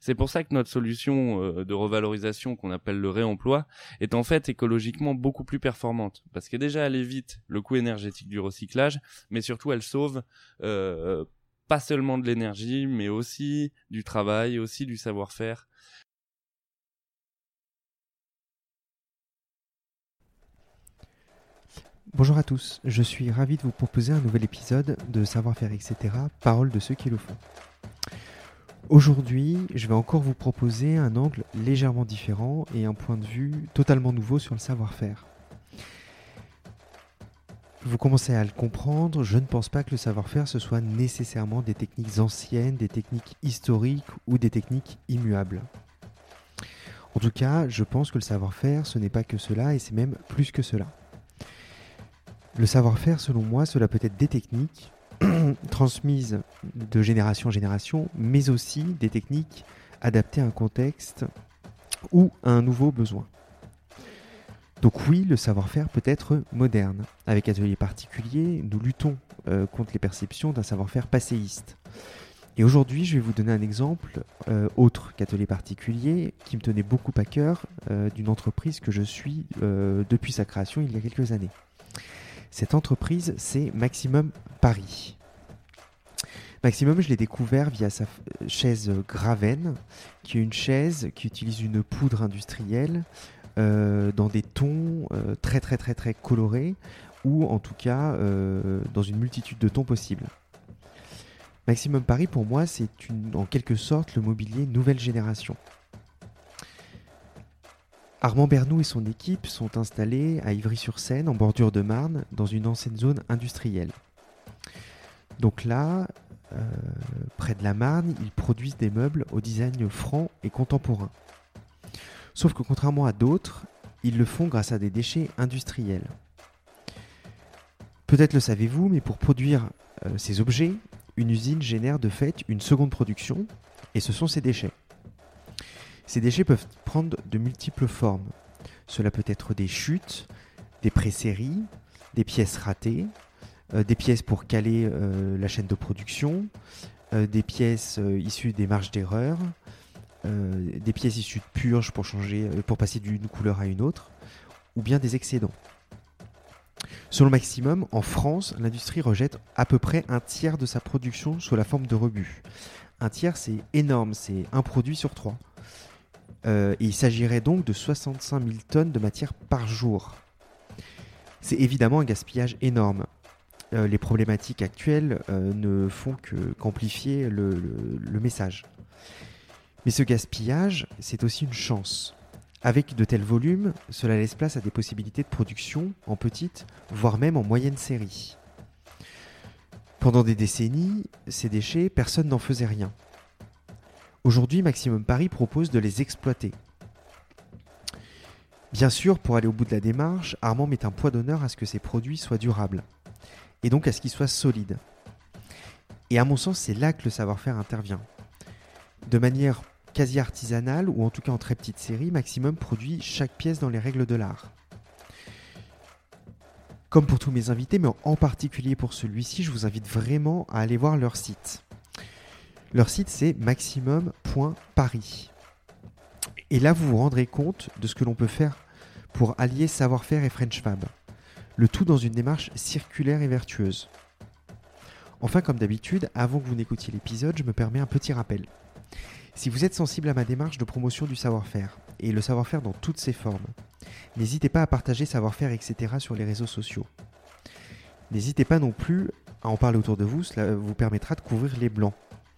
C'est pour ça que notre solution de revalorisation qu'on appelle le réemploi est en fait écologiquement beaucoup plus performante. Parce que déjà, elle évite le coût énergétique du recyclage, mais surtout, elle sauve pas seulement de l'énergie, mais aussi du travail, aussi du savoir-faire. Bonjour à tous, je suis ravi de vous proposer un nouvel épisode de Savoir-faire, etc. Paroles de ceux qui le font. Aujourd'hui, je vais encore vous proposer un angle légèrement différent et un point de vue totalement nouveau sur le savoir-faire. Vous commencez à le comprendre, je ne pense pas que le savoir-faire ce soit nécessairement des techniques anciennes, des techniques historiques ou des techniques immuables. En tout cas, je pense que le savoir-faire ce n'est pas que cela et c'est même plus que cela. Le savoir-faire, selon moi, cela peut être des techniques transmises de génération en génération, mais aussi des techniques adaptées à un contexte ou à un nouveau besoin. Donc oui, le savoir-faire peut être moderne. Avec Atelier Particulier, nous luttons contre les perceptions d'un savoir-faire passéiste. Et aujourd'hui, je vais vous donner un exemple autre qu'Atelier Particulier, qui me tenait beaucoup à cœur, d'une entreprise que je suis depuis sa création il y a quelques années. Cette entreprise, c'est Maximum Paris. Maximum, je l'ai découvert via sa chaise Graven, qui est une chaise qui utilise une poudre industrielle dans des tons très colorés, ou en tout cas dans une multitude de tons possibles. Maximum Paris, pour moi, c'est en quelque sorte le mobilier nouvelle génération. Armand Bernoux et son équipe sont installés à Ivry-sur-Seine, en bordure de Marne, dans une ancienne zone industrielle. Donc là, près de la Marne, ils produisent des meubles au design franc et contemporain. Sauf que contrairement à d'autres, ils le font grâce à des déchets industriels. Peut-être le savez-vous, mais pour produire ces objets, une usine génère de fait une seconde production, et ce sont ces déchets. Ces déchets peuvent prendre de multiples formes. Cela peut être des chutes, des pré-séries, des pièces ratées, des pièces pour caler la chaîne de production, des pièces issues des marges d'erreur, des pièces issues de purges pour passer d'une couleur à une autre, ou bien des excédents. Selon Maximum, en France, l'industrie rejette à peu près un tiers de sa production sous la forme de rebut. Un tiers, c'est énorme, c'est un produit sur 3. Et il s'agirait donc de 65 000 tonnes de matière par jour. C'est évidemment un gaspillage énorme. Les problématiques actuelles ne font qu'amplifier le message. Mais ce gaspillage, c'est aussi une chance. Avec de tels volumes, cela laisse place à des possibilités de production en petite, voire même en moyenne série. Pendant des décennies, ces déchets, personne n'en faisait rien. Aujourd'hui, Maximum Paris propose de les exploiter. Bien sûr, pour aller au bout de la démarche, Armand met un poids d'honneur à ce que ces produits soient durables, et donc à ce qu'ils soient solides. Et à mon sens, c'est là que le savoir-faire intervient. De manière quasi artisanale, ou en tout cas en très petite série, Maximum produit chaque pièce dans les règles de l'art. Comme pour tous mes invités, mais en particulier pour celui-ci, je vous invite vraiment à aller voir leur site. Leur site, c'est maximum.paris. Et là, vous vous rendrez compte de ce que l'on peut faire pour allier savoir-faire et French Fab. Le tout dans une démarche circulaire et vertueuse. Enfin, comme d'habitude, avant que vous n'écoutiez l'épisode, je me permets un petit rappel. Si vous êtes sensible à ma démarche de promotion du savoir-faire, et le savoir-faire dans toutes ses formes, n'hésitez pas à partager savoir-faire, etc. sur les réseaux sociaux. N'hésitez pas non plus à en parler autour de vous, cela vous permettra de couvrir les blancs.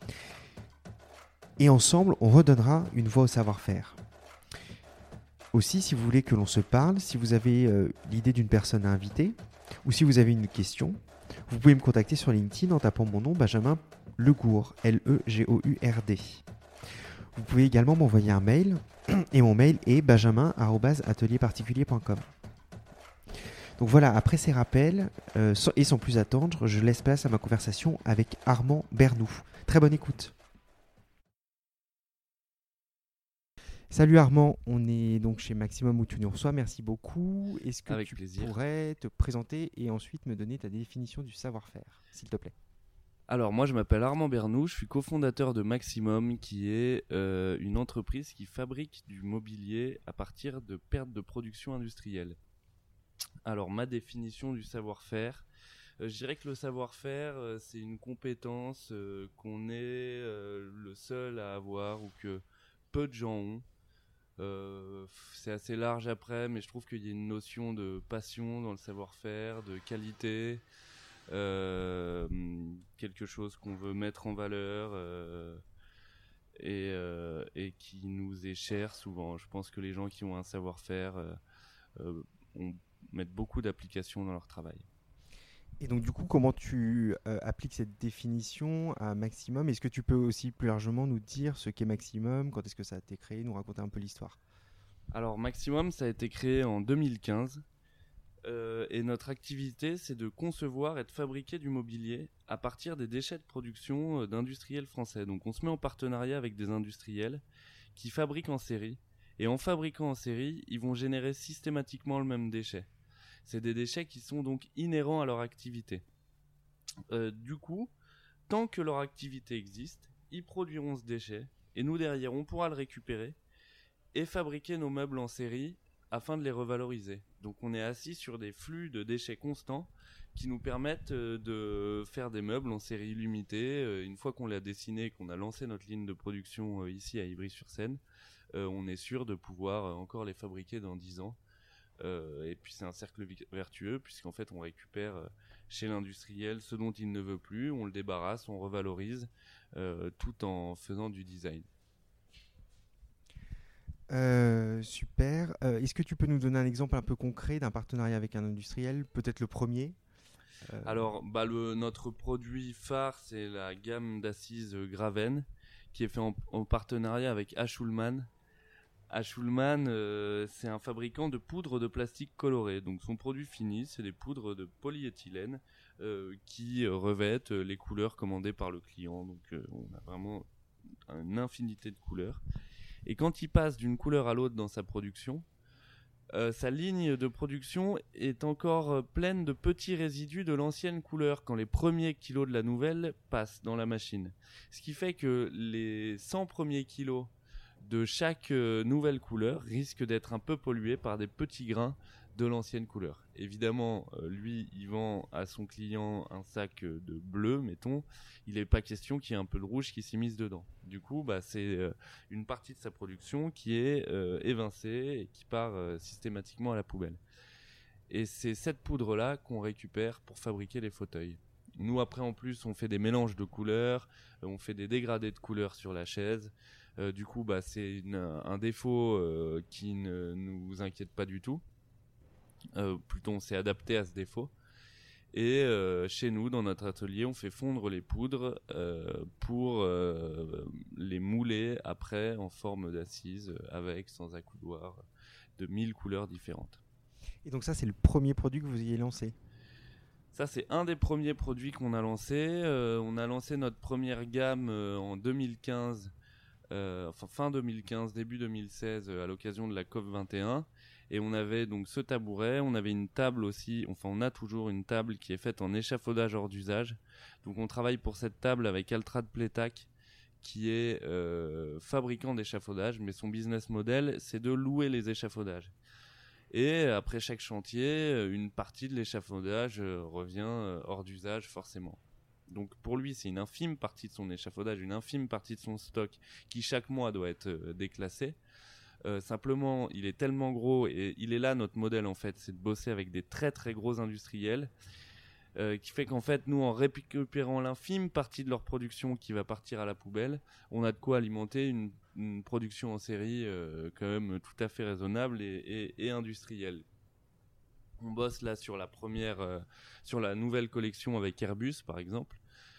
Et ensemble, on redonnera une voix au savoir-faire. Aussi, si vous voulez que l'on se parle, si vous avez l'idée d'une personne à inviter, ou si vous avez une question, vous pouvez me contacter sur LinkedIn en tapant mon nom, Benjamin Legourd, Legourd. Vous pouvez également m'envoyer un mail, et mon mail est benjamin@atelierparticulier.com. Donc voilà, après ces rappels, et sans plus attendre, je laisse place à ma conversation avec Armand Bernoux. Très bonne écoute. Salut Armand, on est donc chez Maximum où tu nous reçois, merci beaucoup. Est-ce que tu pourrais te présenter et ensuite me donner ta définition du savoir-faire, s'il te plaît? Alors moi je m'appelle Armand Bernoux, je suis cofondateur de Maximum qui est une entreprise qui fabrique du mobilier à partir de pertes de production industrielle. Alors ma définition du savoir-faire, je dirais que le savoir-faire c'est une compétence qu'on est le seul à avoir ou que peu de gens ont. C'est assez large après, mais je trouve qu'il y a une notion de passion dans le savoir-faire, de qualité, euh, quelque chose qu'on veut mettre en valeur et qui nous est cher souvent. Je pense que les gens qui ont un savoir-faire ont, mettent beaucoup d'applications dans leur travail. Et donc du coup, comment tu appliques cette définition à Maximum? Est-ce que tu peux aussi plus largement nous dire ce qu'est Maximum, quand est-ce que ça a été créé, nous raconter un peu l'histoire? Alors Maximum, ça a été créé en 2015. Et notre activité, c'est de concevoir et de fabriquer du mobilier à partir des déchets de production d'industriels français. Donc on se met en partenariat avec des industriels qui fabriquent en série. Et en fabriquant en série, ils vont générer systématiquement le même déchet. C'est des déchets qui sont donc inhérents à leur activité. Du coup, tant que leur activité existe, ils produiront ce déchet. Et nous, derrière, on pourra le récupérer et fabriquer nos meubles en série afin de les revaloriser. Donc on est assis sur des flux de déchets constants qui nous permettent de faire des meubles en série limitée. Une fois qu'on l'a dessiné, qu'on a lancé notre ligne de production ici à Ivry-sur-Seine, on est sûr de pouvoir encore les fabriquer dans 10 ans. Et puis c'est un cercle vertueux puisqu'en fait on récupère chez l'industriel ce dont il ne veut plus, on le débarrasse, on revalorise tout en faisant du design. Super. Est-ce que tu peux nous donner un exemple un peu concret d'un partenariat avec un industriel, peut-être le premier? Alors, notre produit phare, c'est la gamme d'assises Graven, qui est fait en partenariat avec Ashulman. Ashulman, c'est un fabricant de poudre de plastique coloré. Donc, son produit fini, c'est des poudres de polyéthylène qui revêtent les couleurs commandées par le client. Donc, on a vraiment une infinité de couleurs. Et quand il passe d'une couleur à l'autre dans sa production, sa ligne de production est encore pleine de petits résidus de l'ancienne couleur quand les premiers kilos de la nouvelle passent dans la machine. Ce qui fait que les 100 premiers kilos de chaque nouvelle couleur risquent d'être un peu pollués par des petits grains de l'ancienne couleur. Évidemment, lui, il vend à son client un sac de bleu, mettons. Il n'est pas question qu'il y ait un peu de rouge qui s'immisce dedans. Du coup, c'est une partie de sa production qui est évincée et qui part systématiquement à la poubelle. Et c'est cette poudre-là qu'on récupère pour fabriquer les fauteuils. Nous, après, en plus, on fait des mélanges de couleurs, on fait des dégradés de couleurs sur la chaise. Du coup, c'est un défaut qui ne nous inquiète pas du tout. Plutôt, on s'est adapté à ce défaut. Et chez nous, dans notre atelier, on fait fondre les poudres pour les mouler après en forme d'assise, avec, sans accoudoir, de 1000 couleurs différentes. Et donc ça, c'est le premier produit que vous ayez lancé? Ça, c'est un des premiers produits qu'on a lancé. On a lancé notre première gamme en 2015, fin 2015, début 2016, à l'occasion de la COP 21. Et on avait donc ce tabouret, on avait une table aussi, enfin on a toujours une table qui est faite en échafaudage hors d'usage. Donc on travaille pour cette table avec Altrad Plétac, qui est fabricant d'échafaudage, mais son business model, c'est de louer les échafaudages. Et après chaque chantier, une partie de l'échafaudage revient hors d'usage forcément. Donc pour lui, c'est une infime partie de son échafaudage, une infime partie de son stock qui chaque mois doit être déclassé. Simplement, il est tellement gros et il est là notre modèle en fait, c'est de bosser avec des très très gros industriels qui fait qu'en fait, nous, en récupérant l'infime partie de leur production qui va partir à la poubelle, on a de quoi alimenter une production en série quand même tout à fait raisonnable et industrielle. On bosse là sur la sur la nouvelle collection avec Airbus, par exemple.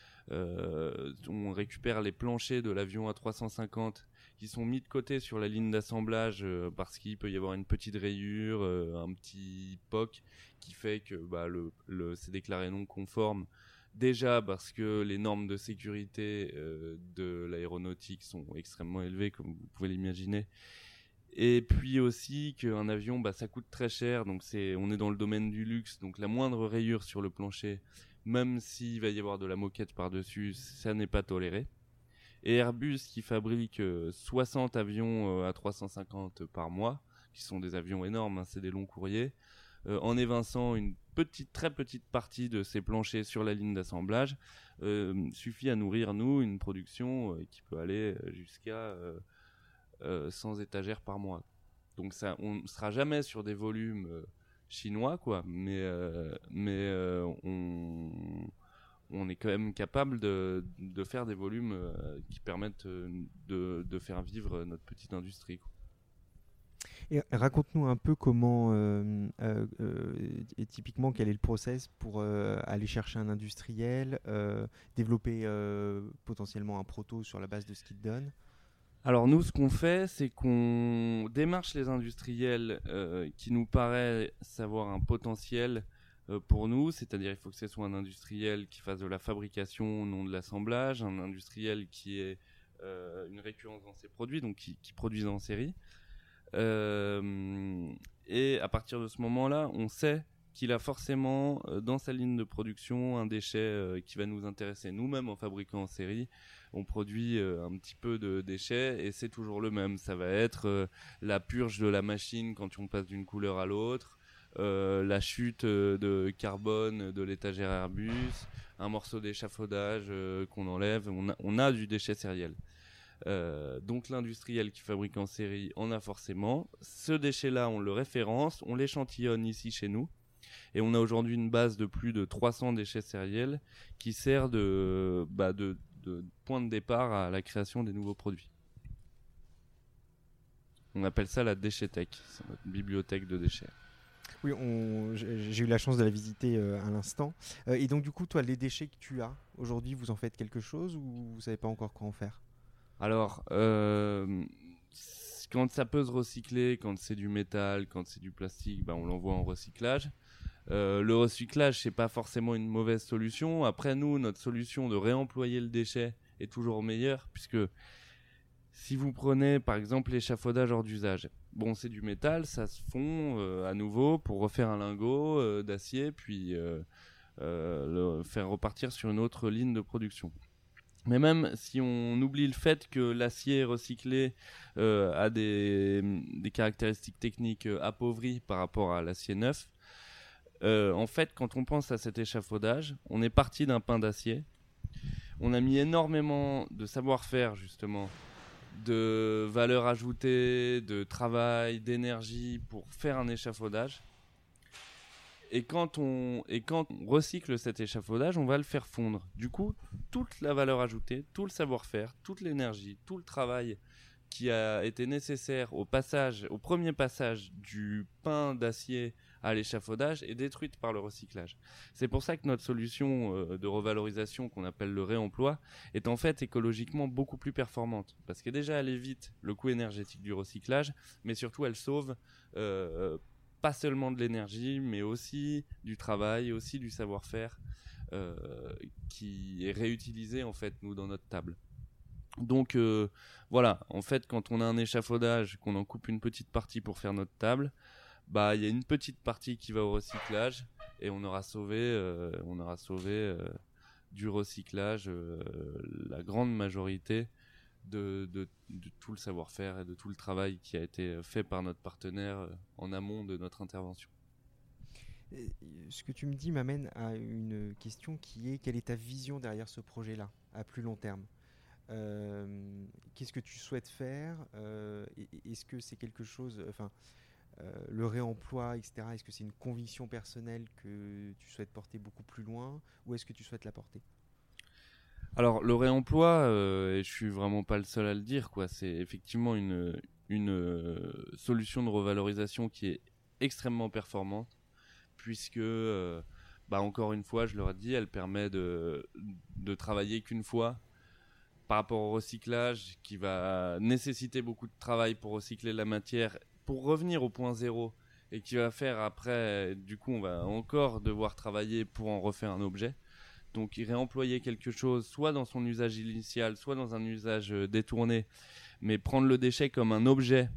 On récupère les planchers de l'avion A350 qui sont mis de côté sur la ligne d'assemblage parce qu'il peut y avoir une petite rayure, un petit POC qui fait que c'est déclaré non conforme. Déjà parce que les normes de sécurité de l'aéronautique sont extrêmement élevées, comme vous pouvez l'imaginer. Et puis aussi qu'un avion, ça coûte très cher, donc on est dans le domaine du luxe, donc la moindre rayure sur le plancher même s'il va y avoir de la moquette par-dessus, ça n'est pas toléré. Et Airbus qui fabrique 60 avions à 350 par mois, qui sont des avions énormes, hein, c'est des longs courriers, en évinçant une très petite partie de ces planchers sur la ligne d'assemblage, suffit à nourrir, nous, une production qui peut aller jusqu'à 100 étagères par mois. Donc ça, on ne sera jamais sur des volumes chinois, quoi, mais on est quand même capable de faire des volumes qui permettent de faire vivre notre petite industrie, quoi. Et raconte-nous un peu comment, et typiquement, quel est le process pour aller chercher un industriel, développer potentiellement un proto sur la base de ce qu'il te donne. Alors nous, ce qu'on fait, c'est qu'on démarche les industriels qui nous paraissent avoir un potentiel pour nous, c'est-à-dire il faut que ce soit un industriel qui fasse de la fabrication, non de l'assemblage, un industriel qui ait une récurrence dans ses produits, donc qui produise en série. Et à partir de ce moment-là, on sait qu'il a forcément dans sa ligne de production un déchet qui va nous intéresser. Nous-mêmes, en fabriquant en série, on produit un petit peu de déchets et c'est toujours le même. Ça va être la purge de la machine quand on passe d'une couleur à l'autre, la chute de carbone de l'étagère Airbus, un morceau d'échafaudage qu'on enlève. On a du déchet sériel. Donc l'industriel qui fabrique en série en a forcément. Ce déchet-là, on le référence, on l'échantillonne ici chez nous. Et on a aujourd'hui une base de plus de 300 déchets sériels qui sert de point de départ à la création des nouveaux produits. On appelle ça la déchetech, c'est notre bibliothèque de déchets. Oui, j'ai eu la chance de la visiter à l'instant. Et donc du coup, toi, les déchets que tu as aujourd'hui, vous en faites quelque chose ou vous savez pas encore quoi en faire ? Alors, quand ça peut se recycler, quand c'est du métal, quand c'est du plastique, on l'envoie en recyclage. Le recyclage, c'est pas forcément une mauvaise solution. Après, nous, notre solution de réemployer le déchet est toujours meilleure, puisque si vous prenez, par exemple, l'échafaudage hors d'usage, c'est du métal, ça se fond à nouveau pour refaire un lingot d'acier, puis le faire repartir sur une autre ligne de production. Mais même si on oublie le fait que l'acier recyclé a des caractéristiques techniques appauvries par rapport à l'acier neuf, en fait, quand on pense à cet échafaudage, on est parti d'un pain d'acier. On a mis énormément de savoir-faire, justement, de valeur ajoutée, de travail, d'énergie pour faire un échafaudage. Et quand on recycle cet échafaudage, on va le faire fondre. Du coup, toute la valeur ajoutée, tout le savoir-faire, toute l'énergie, tout le travail qui a été nécessaire au premier passage du pain d'acier à l'échafaudage est détruite par le recyclage. C'est pour ça que notre solution de revalorisation qu'on appelle le réemploi est en fait écologiquement beaucoup plus performante. Parce que déjà elle évite le coût énergétique du recyclage, mais surtout elle sauve pas seulement de l'énergie, mais aussi du travail, aussi du savoir-faire qui est réutilisé en fait nous dans notre table. Donc voilà, en fait quand on a un échafaudage, qu'on en coupe une petite partie pour faire notre table, il y a une petite partie qui va au recyclage et on aura sauvé du recyclage la grande majorité de tout le savoir-faire et de tout le travail qui a été fait par notre partenaire en amont de notre intervention. Ce que tu me dis m'amène à une question qui est: quelle est ta vision derrière ce projet-là, à plus long terme ? Qu'est-ce que tu souhaites faire ? Est-ce que c'est quelque chose, le réemploi, etc., est-ce que c'est une conviction personnelle que tu souhaites porter beaucoup plus loin, ou est-ce que tu souhaites la porter ? Alors le réemploi, et je suis vraiment pas le seul à le dire, quoi. C'est effectivement une solution de revalorisation qui est extrêmement performante, puisque encore une fois, je leur ai dit, elle permet de travailler qu'une fois par rapport au recyclage, qui va nécessiter beaucoup de travail pour recycler la matière, pour revenir au point zéro, et qui va faire après, du coup, on va encore devoir travailler pour en refaire un objet. Donc réemployer quelque chose, soit dans son usage initial, soit dans un usage détourné, mais prendre le déchet comme un objet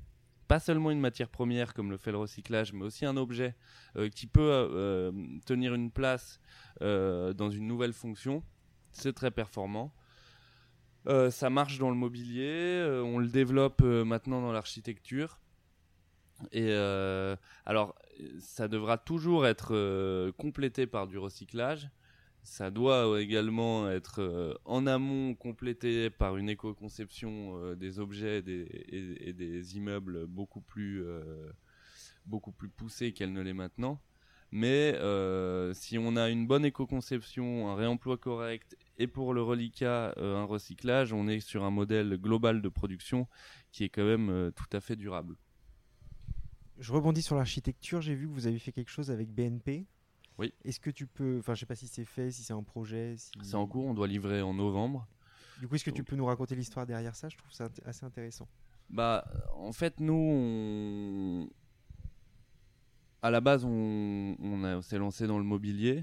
pas seulement une matière première comme le fait le recyclage, mais aussi un objet qui peut tenir une place dans une nouvelle fonction. C'est très performant. Ça marche dans le mobilier, on le développe maintenant dans l'architecture. Et alors, ça devra toujours être complété par du recyclage. Ça doit également être en amont complété par une éco-conception des objets et des immeubles beaucoup plus poussée qu'elle ne l'est maintenant. Mais si on a une bonne éco-conception, un réemploi correct et pour le reliquat un recyclage, on est sur un modèle global de production qui est quand même tout à fait durable. Je rebondis sur l'architecture. J'ai vu que vous avez fait quelque chose avec BNP. Oui. Est-ce que tu peux... Enfin, je sais pas si c'est fait, si c'est un projet. C'est en cours, on doit livrer en novembre. Du coup, est-ce que tu peux nous raconter l'histoire derrière ça? Je trouve ça assez intéressant. Bah, en fait, nous, à la base, on s'est lancé dans le mobilier.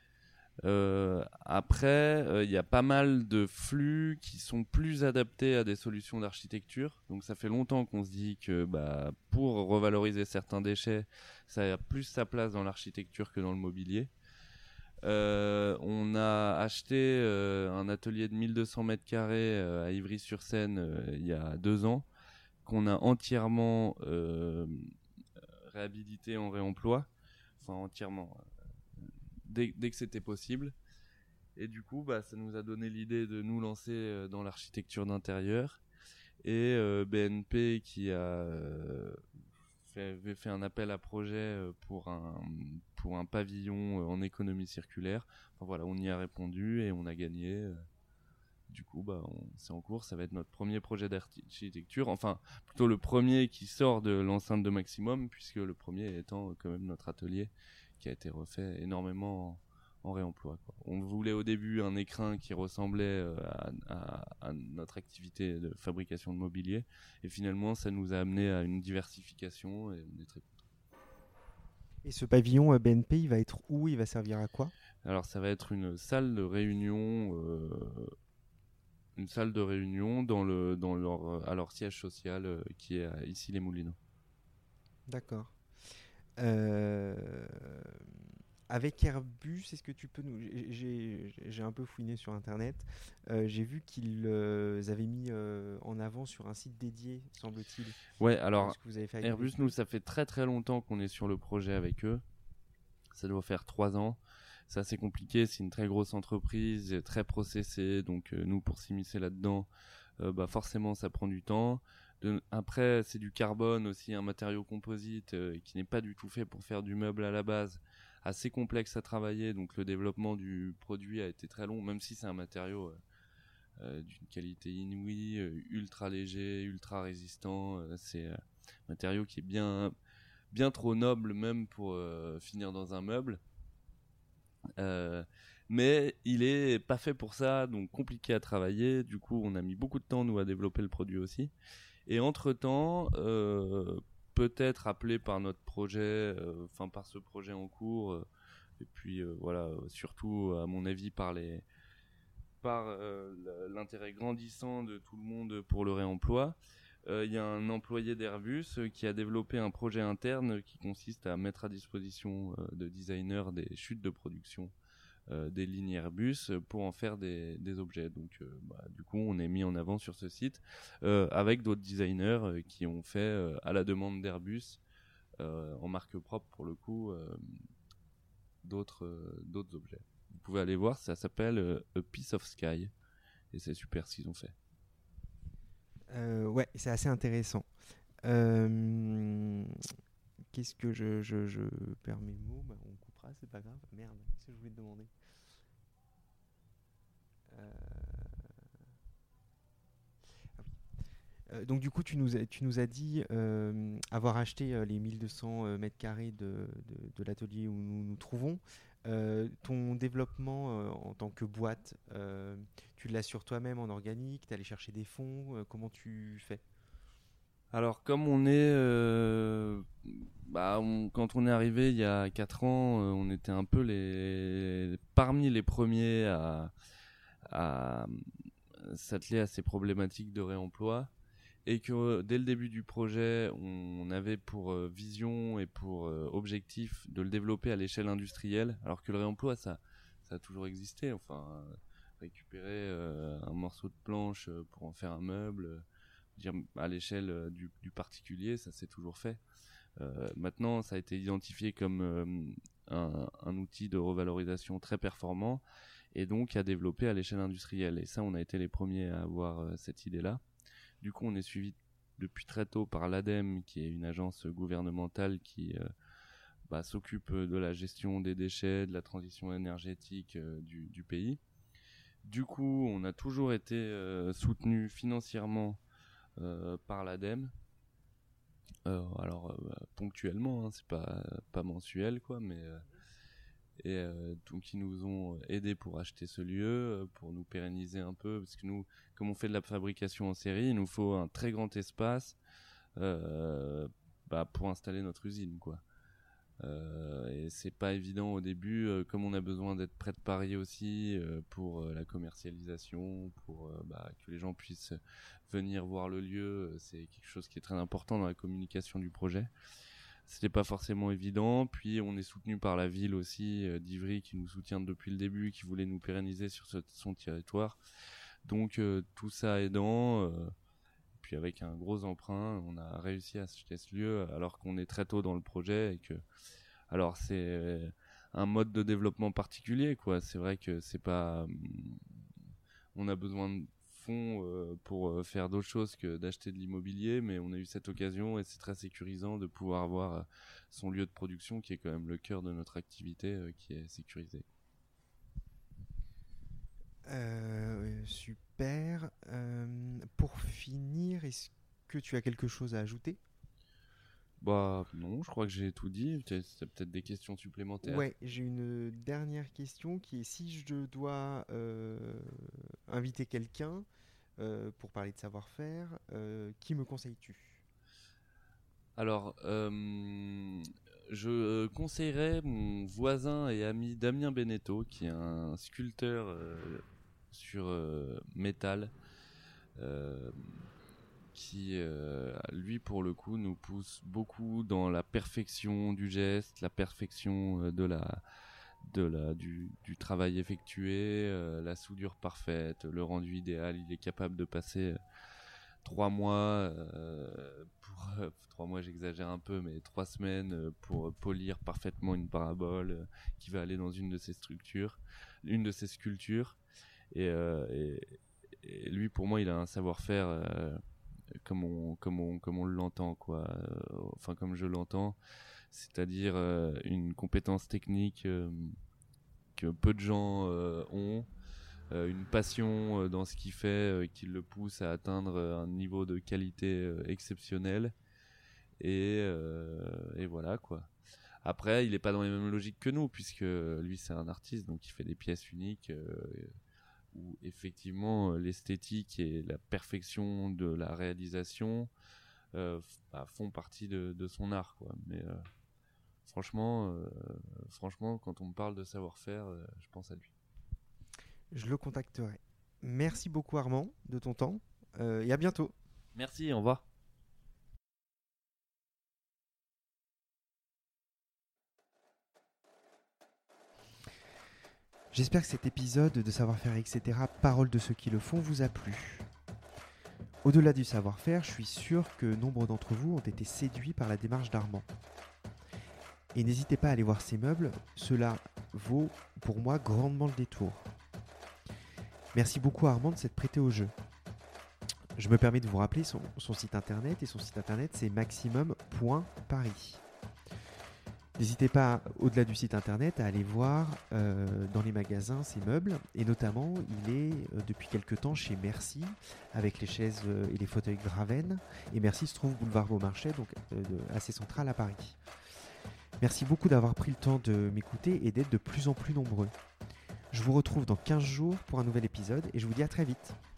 Après, il y a pas mal de flux qui sont plus adaptés à des solutions d'architecture. Donc ça fait longtemps qu'on se dit que pour revaloriser certains déchets, ça a plus sa place dans l'architecture que dans le mobilier. On a acheté un atelier de 1200 mètres carrés à Ivry-sur-Seine il y a 2 ans, qu'on a entièrement réhabilité en réemploi. Enfin, entièrement... Dès que c'était possible. Et du coup, ça nous a donné l'idée de nous lancer dans l'architecture d'intérieur. Et BNP qui a fait un appel à projet pour un pavillon en économie circulaire. Enfin voilà, on y a répondu et on a gagné. Du coup, c'est en cours. Ça va être notre premier projet d'architecture. Enfin, plutôt le premier qui sort de l'enceinte de Maximum, puisque le premier étant quand même notre atelier qui a été refait énormément en réemploi, quoi. On voulait au début un écrin qui ressemblait à notre activité de fabrication de mobilier. Et finalement, ça nous a amené à une diversification et on est très contents. Et ce pavillon BNP, il va être où? Il va servir à quoi? Alors, ça va être une salle de réunion... à leur siège social qui est à Issy-les-Moulineaux. D'accord. Avec Airbus, est-ce que tu peux nous... J'ai un peu fouiné sur Internet. J'ai vu qu'ils avaient mis en avant sur un site dédié, semble-t-il. Ouais, alors ce que vous avez fait avec Airbus, nous, ça fait très très longtemps qu'on est sur le projet avec eux. Ça doit faire 3 ans. C'est assez compliqué, c'est une très grosse entreprise, très processée. Donc nous, pour s'immiscer là-dedans, forcément, ça prend du temps. Après, c'est du carbone aussi, un matériau composite qui n'est pas du tout fait pour faire du meuble à la base. Assez complexe à travailler, donc le développement du produit a été très long, même si c'est un matériau d'une qualité inouïe, ultra léger, ultra résistant. C'est un matériau qui est bien trop noble même pour finir dans un meuble. Mais il est pas fait pour ça, donc compliqué à travailler. Du coup, on a mis beaucoup de temps, nous, à développer le produit aussi. Et entre-temps, peut-être appelé par notre projet, par ce projet en cours, et puis voilà, surtout à mon avis par l'intérêt grandissant de tout le monde pour le réemploi. Il y a un employé d'Airbus qui a développé un projet interne qui consiste à mettre à disposition de designers des chutes de production des lignes Airbus pour en faire des objets. Donc du coup on est mis en avant sur ce site avec d'autres designers qui ont fait à la demande d'Airbus en marque propre pour le coup d'autres objets. Vous pouvez aller voir, ça s'appelle A Piece of Sky et c'est super ce qu'ils ont fait. Ouais, c'est assez intéressant. Qu'est-ce que je perds mes mots? On coupera, c'est pas grave. Merde, qu'est-ce que je voulais te demander? Donc du coup, tu nous as dit avoir acheté les 1200 mètres carrés de l'atelier où nous nous trouvons. Ton développement en tant que boîte, tu l'assures toi-même en organique? Tu es allé chercher des fonds? Comment tu fais? Alors comme on est quand on est arrivé il y a 4 ans, on était un peu parmi les premiers à s'atteler à ces problématiques de réemploi. et que dès le début du projet, on avait pour vision et pour objectif de le développer à l'échelle industrielle, alors que le réemploi, ça a toujours existé. Enfin, récupérer un morceau de planche pour en faire un meuble, dire à l'échelle du particulier, ça s'est toujours fait. Maintenant, ça a été identifié comme un outil de revalorisation très performant et donc à développer à l'échelle industrielle. Et ça, on a été les premiers à avoir cette idée-là. Du coup, on est suivi depuis très tôt par l'ADEME, qui est une agence gouvernementale qui s'occupe de la gestion des déchets, de la transition énergétique du pays. Du coup, on a toujours été soutenu financièrement par l'ADEME. Ponctuellement, hein, c'est pas mensuel, quoi, mais donc ils nous ont aidés pour acheter ce lieu, pour nous pérenniser un peu, parce que nous, comme on fait de la fabrication en série, il nous faut un très grand espace pour installer notre usine, quoi. Et c'est pas évident au début, comme on a besoin d'être près de Paris aussi pour la commercialisation, pour que les gens puissent venir voir le lieu, c'est quelque chose qui est très important dans la communication du projet. C'était pas forcément évident, puis on est soutenu par la ville aussi d'Ivry qui nous soutient depuis le début, qui voulait nous pérenniser sur son territoire. Donc tout ça aidant, puis avec un gros emprunt, on a réussi à acheter ce lieu alors qu'on est très tôt dans le projet et que alors c'est un mode de développement particulier, quoi. C'est vrai que c'est pas on a besoin de fonds pour faire d'autres choses que d'acheter de l'immobilier, mais on a eu cette occasion et c'est très sécurisant de pouvoir avoir son lieu de production qui est quand même le cœur de notre activité qui est sécurisé. Super. Pour finir, est-ce que tu as quelque chose à ajouter ? Non, je crois que j'ai tout dit. Tu as peut-être des questions supplémentaires. Ouais, j'ai une dernière question qui est si je dois inviter quelqu'un pour parler de savoir-faire, qui me conseilles-tu ? Alors, je conseillerais mon voisin et ami Damien Beneteau, qui est un sculpteur sur métal, qui, lui, pour le coup, nous pousse beaucoup dans la perfection du geste, la perfection du travail effectué, la soudure parfaite, le rendu idéal. Il est capable de passer 3 mois, 3 mois j'exagère un peu, mais 3 semaines pour polir parfaitement une parabole qui va aller dans une de ses sculptures. Et lui, pour moi, il a un savoir-faire comme on l'entend, quoi. Enfin, comme je l'entends, c'est-à-dire une compétence technique que peu de gens ont. Une passion dans ce qu'il fait qui le pousse à atteindre un niveau de qualité exceptionnel et voilà, quoi. Après, il est pas dans les mêmes logiques que nous puisque lui c'est un artiste, donc il fait des pièces uniques où effectivement l'esthétique et la perfection de la réalisation font partie de son art, quoi. Mais franchement, quand on me parle de savoir-faire, je pense à lui. Je le contacterai. Merci beaucoup Armand de ton temps et à bientôt. Merci, au revoir. J'espère que cet épisode de Savoir-faire, etc., Parole de ceux qui le font, vous a plu. Au-delà du savoir-faire, je suis sûr que nombre d'entre vous ont été séduits par la démarche d'Armand. Et n'hésitez pas à aller voir ces meubles, cela vaut pour moi grandement le détour. Merci beaucoup à Armand de s'être prêté au jeu. Je me permets de vous rappeler son site internet, et son site internet c'est maximum.paris. N'hésitez pas, au-delà du site internet, à aller voir dans les magasins ces meubles, et notamment il est depuis quelques temps chez Merci, avec les chaises et les fauteuils Graven, et Merci se trouve boulevard Beaumarchais, donc assez central à Paris. Merci beaucoup d'avoir pris le temps de m'écouter et d'être de plus en plus nombreux. Je vous retrouve dans 15 jours pour un nouvel épisode et je vous dis à très vite.